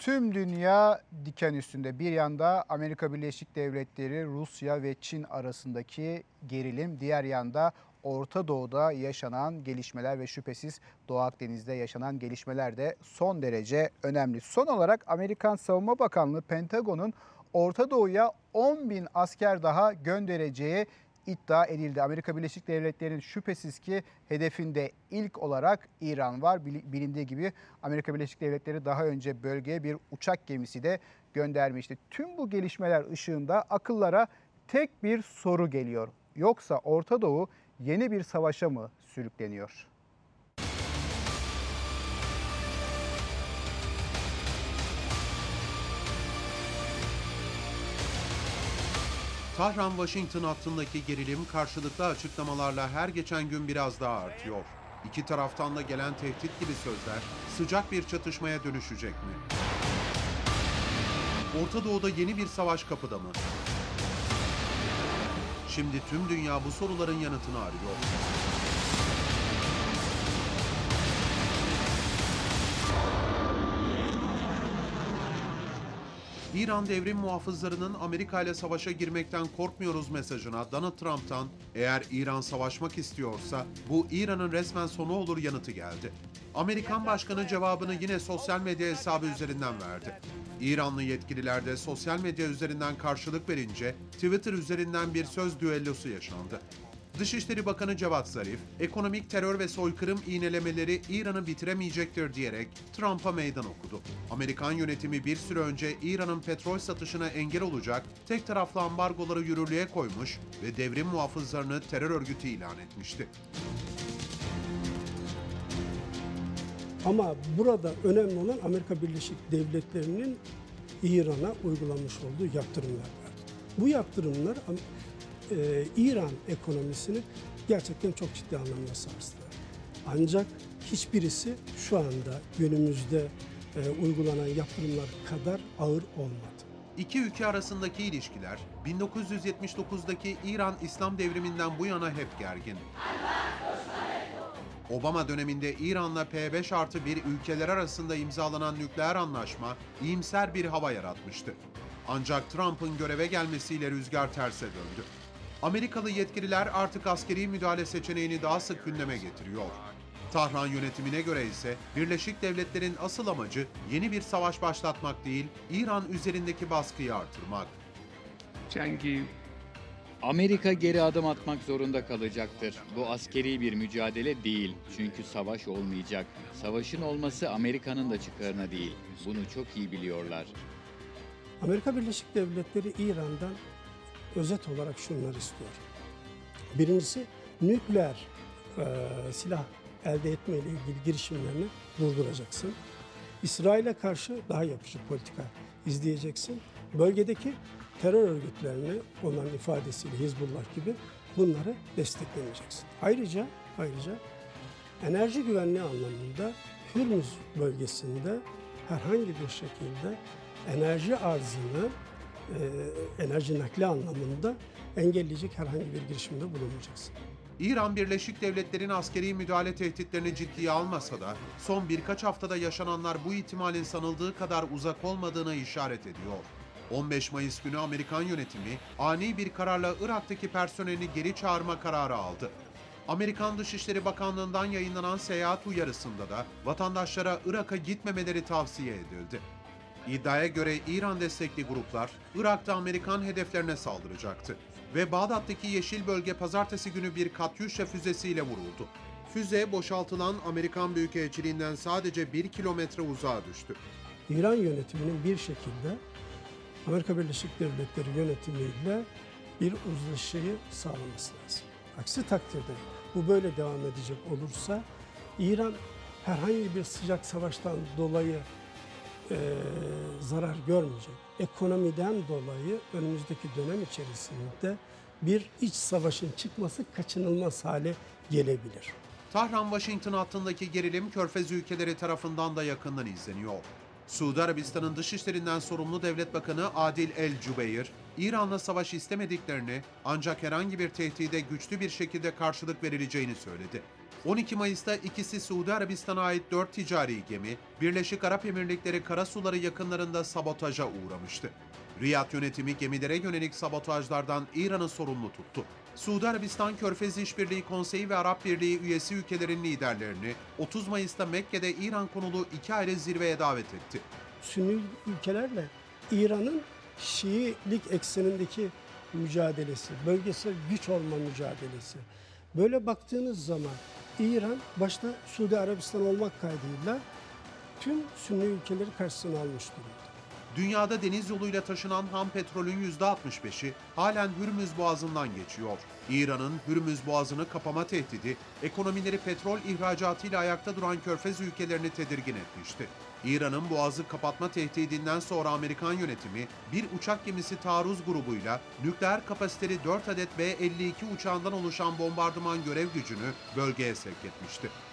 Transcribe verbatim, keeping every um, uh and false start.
Tüm dünya diken üstünde. Bir yanda Amerika Birleşik Devletleri, Rusya ve Çin arasındaki gerilim, diğer yanda Orta Doğu'da yaşanan gelişmeler ve şüphesiz Doğu Akdeniz'de yaşanan gelişmeler de son derece önemli. Son olarak Amerikan Savunma Bakanlığı Pentagon'un Orta Doğu'ya on bin asker daha göndereceği iddia edildi. Amerika Birleşik Devletleri'nin şüphesiz ki hedefinde ilk olarak İran var. Bilindiği gibi Amerika Birleşik Devletleri daha önce bölgeye bir uçak gemisi de göndermişti. Tüm bu gelişmeler ışığında akıllara tek bir soru geliyor. Yoksa Orta Doğu yeni bir savaşa mı sürükleniyor? Tahran-Washington hattındaki gerilim karşılıklı açıklamalarla her geçen gün biraz daha artıyor. İki taraftan da gelen tehdit gibi sözler sıcak bir çatışmaya dönüşecek mi? Orta Doğu'da yeni bir savaş kapıda mı? Şimdi tüm dünya bu soruların yanıtını arıyor. İran devrim muhafızlarının Amerika ile savaşa girmekten korkmuyoruz mesajına Donald Trump'tan eğer İran savaşmak istiyorsa bu İran'ın resmen sonu olur yanıtı geldi. Amerikan başkanı cevabını yine sosyal medya hesabı üzerinden verdi. İranlı yetkililer de sosyal medya üzerinden karşılık verince Twitter üzerinden bir söz düellosu yaşandı. Dışişleri Bakanı Cevat Zarif, ekonomik terör ve soykırım iğnelemeleri İran'ı bitiremeyecektir diyerek Trump'a meydan okudu. Amerikan yönetimi bir süre önce İran'ın petrol satışına engel olacak tek taraflı ambargoları yürürlüğe koymuş ve devrim muhafızlarını terör örgütü ilan etmişti. Ama burada önemli olan Amerika Birleşik Devletleri'nin İran'a uygulamış olduğu yaptırımlar var. Bu yaptırımlar Ee, İran ekonomisini gerçekten çok ciddi anlamda sarstı. Ancak hiçbirisi şu anda günümüzde e, uygulanan yaptırımlar kadar ağır olmadı. İki ülke arasındaki ilişkiler bin dokuz yüz yetmiş dokuzdaki İran İslam devriminden bu yana hep gergin. Obama döneminde İran'la P beş artı bir ülkeler arasında imzalanan nükleer anlaşma iyimser bir hava yaratmıştı. Ancak Trump'ın göreve gelmesiyle rüzgar terse döndü. Amerikalı yetkililer artık askeri müdahale seçeneğini daha sık gündeme getiriyor. Tahran yönetimine göre ise Birleşik Devletler'in asıl amacı yeni bir savaş başlatmak değil, İran üzerindeki baskıyı artırmak. Amerika geri adım atmak zorunda kalacaktır. Bu askeri bir mücadele değil. Çünkü savaş olmayacak. Savaşın olması Amerika'nın da çıkarına değil. Bunu çok iyi biliyorlar. Amerika Birleşik Devletleri İran'dan özet olarak şunları istiyor. Birincisi nükleer e, silah elde etme ile ilgili girişimlerini durduracaksın. İsrail'e karşı daha yapıcı politika izleyeceksin. Bölgedeki terör örgütlerini onların ifadesiyle Hizbullah gibi bunları desteklemeyeceksin. Ayrıca ayrıca enerji güvenliği anlamında Hürmüz bölgesinde herhangi bir şekilde enerji arzını e, enerji nakli anlamında engelleyecek herhangi bir girişimde bulunmayacaksın. İran, Birleşik Devletler'in askeri müdahale tehditlerini ciddiye almasa da son birkaç haftada yaşananlar bu ihtimalin sanıldığı kadar uzak olmadığına işaret ediyor. on beş Mayıs günü Amerikan yönetimi ani bir kararla Irak'taki personelini geri çağırma kararı aldı. Amerikan Dışişleri Bakanlığı'ndan yayınlanan seyahat uyarısında da vatandaşlara Irak'a gitmemeleri tavsiye edildi. İddiaya göre İran destekli gruplar Irak'ta Amerikan hedeflerine saldıracaktı ve Bağdat'taki Yeşil Bölge pazartesi günü bir Katyusha füzesiyle vuruldu. Füze boşaltılan Amerikan Büyükelçiliğinden sadece bir kilometre uzağa düştü. İran yönetiminin bir şekilde Amerika Birleşik Devletleri yönetimiyle bir uzlaşıyı sağlaması lazım. Aksi takdirde bu böyle devam edecek olursa İran herhangi bir sıcak savaştan dolayı e, zarar görmeyecek. Ekonomiden dolayı önümüzdeki dönem içerisinde bir iç savaşın çıkması kaçınılmaz hale gelebilir. Tahran-Washington hattındaki gerilim Körfez ülkeleri tarafından da yakından izleniyor. Suudi Arabistan'ın dışişlerinden sorumlu Devlet Bakanı Adil El-Cübeyr, İran'la savaş istemediklerini ancak herhangi bir tehdide güçlü bir şekilde karşılık verileceğini söyledi. on iki Mayıs'ta ikisi Suudi Arabistan'a ait dört ticari gemi, Birleşik Arap Emirlikleri karasuları yakınlarında sabotaja uğramıştı. Riyad yönetimi gemilere yönelik sabotajlardan İran'ı sorumlu tuttu. Suudi Arabistan Körfez İşbirliği Konseyi ve Arap Birliği üyesi ülkelerin liderlerini otuz Mayıs'ta Mekke'de İran konulu iki ayrı zirveye davet etti. Sünni ülkelerle İran'ın Şiilik eksenindeki mücadelesi, bölgesel güç olma mücadelesi. Böyle baktığınız zaman İran başta Suudi Arabistan olmak kaydıyla tüm Sünni ülkeleri karşısına almış durumda. Dünyada deniz yoluyla taşınan ham petrolün yüzde altmış beşi halen Hürmüz Boğazı'ndan geçiyor. İran'ın Hürmüz Boğazı'nı kapama tehdidi, ekonomileri petrol ihracatıyla ayakta duran Körfez ülkelerini tedirgin etmişti. İran'ın Boğaz'ı kapatma tehdidinden sonra Amerikan yönetimi bir uçak gemisi taarruz grubuyla nükleer kapasiteli dört adet B elli iki uçağından oluşan bombardıman görev gücünü bölgeye sevk etmişti.